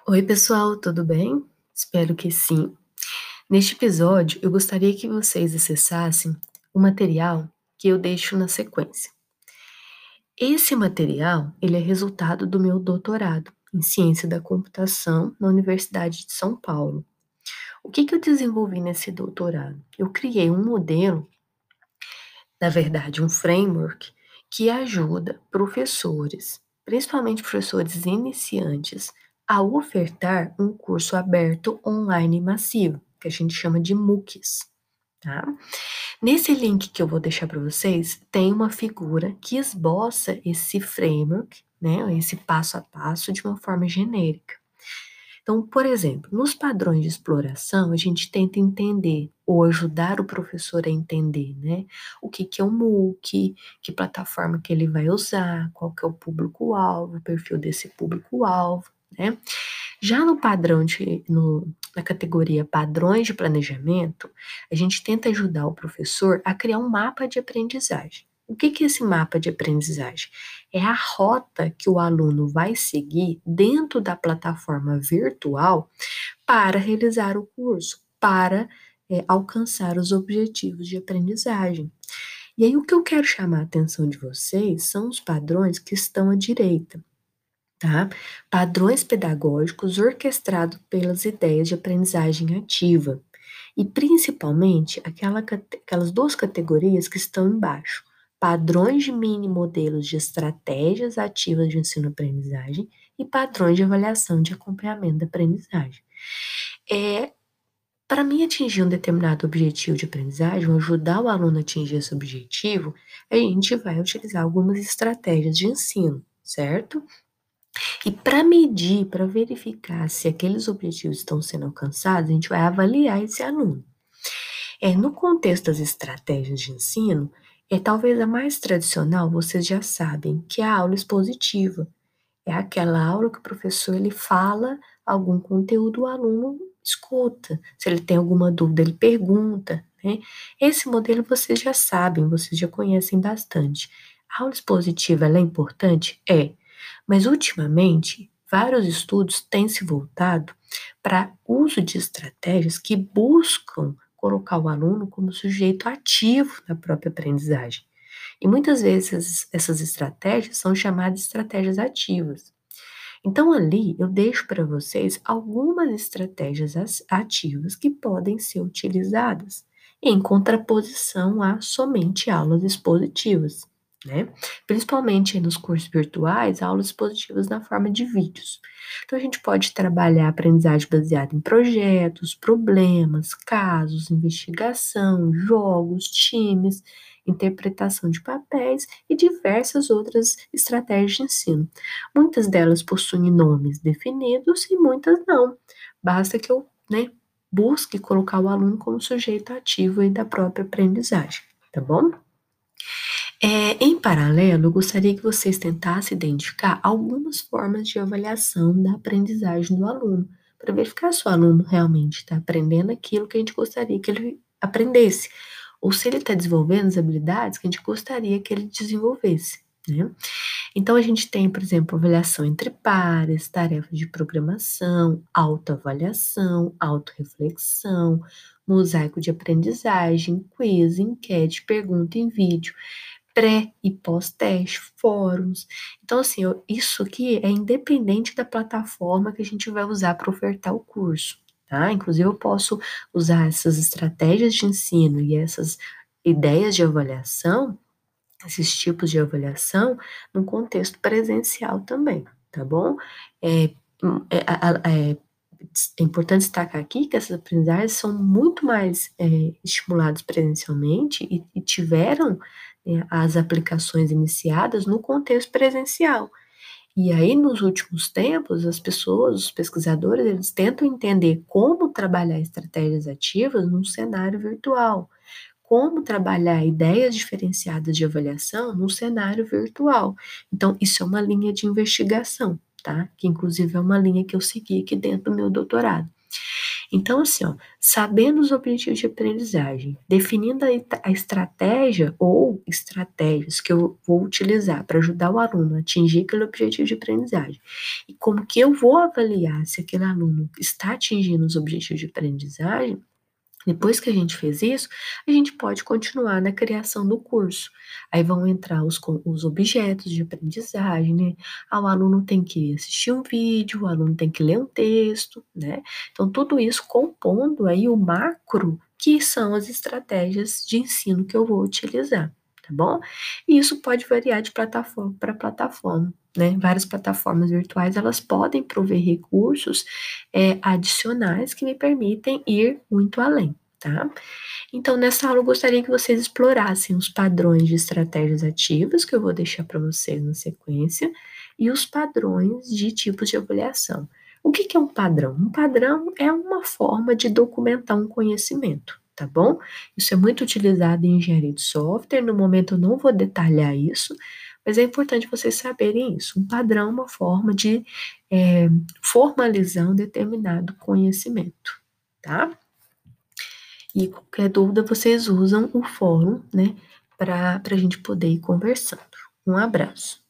Oi, pessoal, tudo bem? Espero que sim. Neste episódio, eu gostaria que vocês acessassem o material que eu deixo na sequência. Esse material, ele é resultado do meu doutorado em Ciência da Computação na Universidade de São Paulo. O que eu desenvolvi nesse doutorado? Eu criei um modelo, na verdade, um framework que ajuda professores, principalmente professores iniciantes, a ofertar um curso aberto online massivo, que a gente chama de MOOCs, tá? Nesse link que eu vou deixar para vocês, tem uma figura que esboça esse framework, né, esse passo a passo de uma forma genérica. Então, por exemplo, nos padrões de exploração, a gente tenta entender ou ajudar o professor a entender, né? O que é um MOOC, que plataforma que ele vai usar, qual que é o público-alvo, o perfil desse público-alvo, né? Já no na categoria padrões de planejamento, a gente tenta ajudar o professor a criar um mapa de aprendizagem. O que é esse mapa de aprendizagem? É a rota que o aluno vai seguir dentro da plataforma virtual para realizar o curso, para alcançar os objetivos de aprendizagem. E aí, o que eu quero chamar a atenção de vocês são os padrões que estão à direita, tá? Padrões pedagógicos orquestrados pelas ideias de aprendizagem ativa. E principalmente aquelas duas categorias que estão embaixo. Padrões de mini modelos de estratégias ativas de ensino-aprendizagem e padrões de avaliação de acompanhamento da aprendizagem. Para mim atingir um determinado objetivo de aprendizagem, ou ajudar o aluno a atingir esse objetivo, a gente vai utilizar algumas estratégias de ensino, certo? E para medir, para verificar se aqueles objetivos estão sendo alcançados, a gente vai avaliar esse aluno. No contexto das estratégias de ensino, talvez a mais tradicional, vocês já sabem, que é a aula expositiva. É aquela aula que o professor ele fala algum conteúdo, o aluno escuta. Se ele tem alguma dúvida, ele pergunta, né? Esse modelo vocês já sabem, vocês já conhecem bastante. A aula expositiva, ela é importante? É. Mas ultimamente, vários estudos têm se voltado para uso de estratégias que buscam colocar o aluno como sujeito ativo na própria aprendizagem. E muitas vezes essas estratégias são chamadas de estratégias ativas. Então, ali eu deixo para vocês algumas estratégias ativas que podem ser utilizadas em contraposição a somente aulas expositivas, né? Principalmente nos cursos virtuais, aulas expositivas na forma de vídeos. Então, a gente pode trabalhar a aprendizagem baseada em projetos, problemas, casos, investigação, jogos, times, interpretação de papéis e diversas outras estratégias de ensino. Muitas delas possuem nomes definidos e muitas não. Basta que eu, busque colocar o aluno como sujeito ativo aí da própria aprendizagem, tá bom? Em paralelo, eu gostaria que vocês tentassem identificar algumas formas de avaliação da aprendizagem do aluno, para verificar se o aluno realmente está aprendendo aquilo que a gente gostaria que ele aprendesse, ou se ele está desenvolvendo as habilidades que a gente gostaria que ele desenvolvesse, né? Então, a gente tem, por exemplo, avaliação entre pares, tarefas de programação, autoavaliação, autorreflexão, mosaico de aprendizagem, quiz, enquete, pergunta em vídeo, pré e pós-teste, fóruns. Então, assim, isso aqui é independente da plataforma que a gente vai usar para ofertar o curso, tá? Inclusive, eu posso usar essas estratégias de ensino e essas ideias de avaliação, esses tipos de avaliação, no contexto presencial também, tá bom? É, é importante destacar aqui que essas aprendizagens são muito mais estimuladas presencialmente e tiveram as aplicações iniciadas no contexto presencial. E aí, nos últimos tempos, as pessoas, os pesquisadores, eles tentam entender como trabalhar estratégias ativas num cenário virtual, como trabalhar ideias diferenciadas de avaliação num cenário virtual. Então, isso é uma linha de investigação, tá? Que inclusive é uma linha que eu segui aqui dentro do meu doutorado. Então, assim, ó, sabendo os objetivos de aprendizagem, definindo a estratégia ou estratégias que eu vou utilizar para ajudar o aluno a atingir aquele objetivo de aprendizagem, e como que eu vou avaliar se aquele aluno está atingindo os objetivos de aprendizagem, depois que a gente fez isso, a gente pode continuar na criação do curso. Aí vão entrar os objetos de aprendizagem, né? Ah, o aluno tem que assistir um vídeo, o aluno tem que ler um texto, né? Então, tudo isso compondo aí o macro, que são as estratégias de ensino que eu vou utilizar, tá bom? E isso pode variar de plataforma para plataforma, né? Várias plataformas virtuais, elas podem prover recursos adicionais que me permitem ir muito além, tá? Então, nessa aula, eu gostaria que vocês explorassem os padrões de estratégias ativas, que eu vou deixar para vocês na sequência, e os padrões de tipos de avaliação. O que que é um padrão? Um padrão é uma forma de documentar um conhecimento, tá bom? Isso é muito utilizado em engenharia de software. No momento, eu não vou detalhar isso, mas é importante vocês saberem isso. Um padrão é uma forma de formalizar um determinado conhecimento, tá? E qualquer dúvida, vocês usam o fórum, né, para a gente poder ir conversando. Um abraço.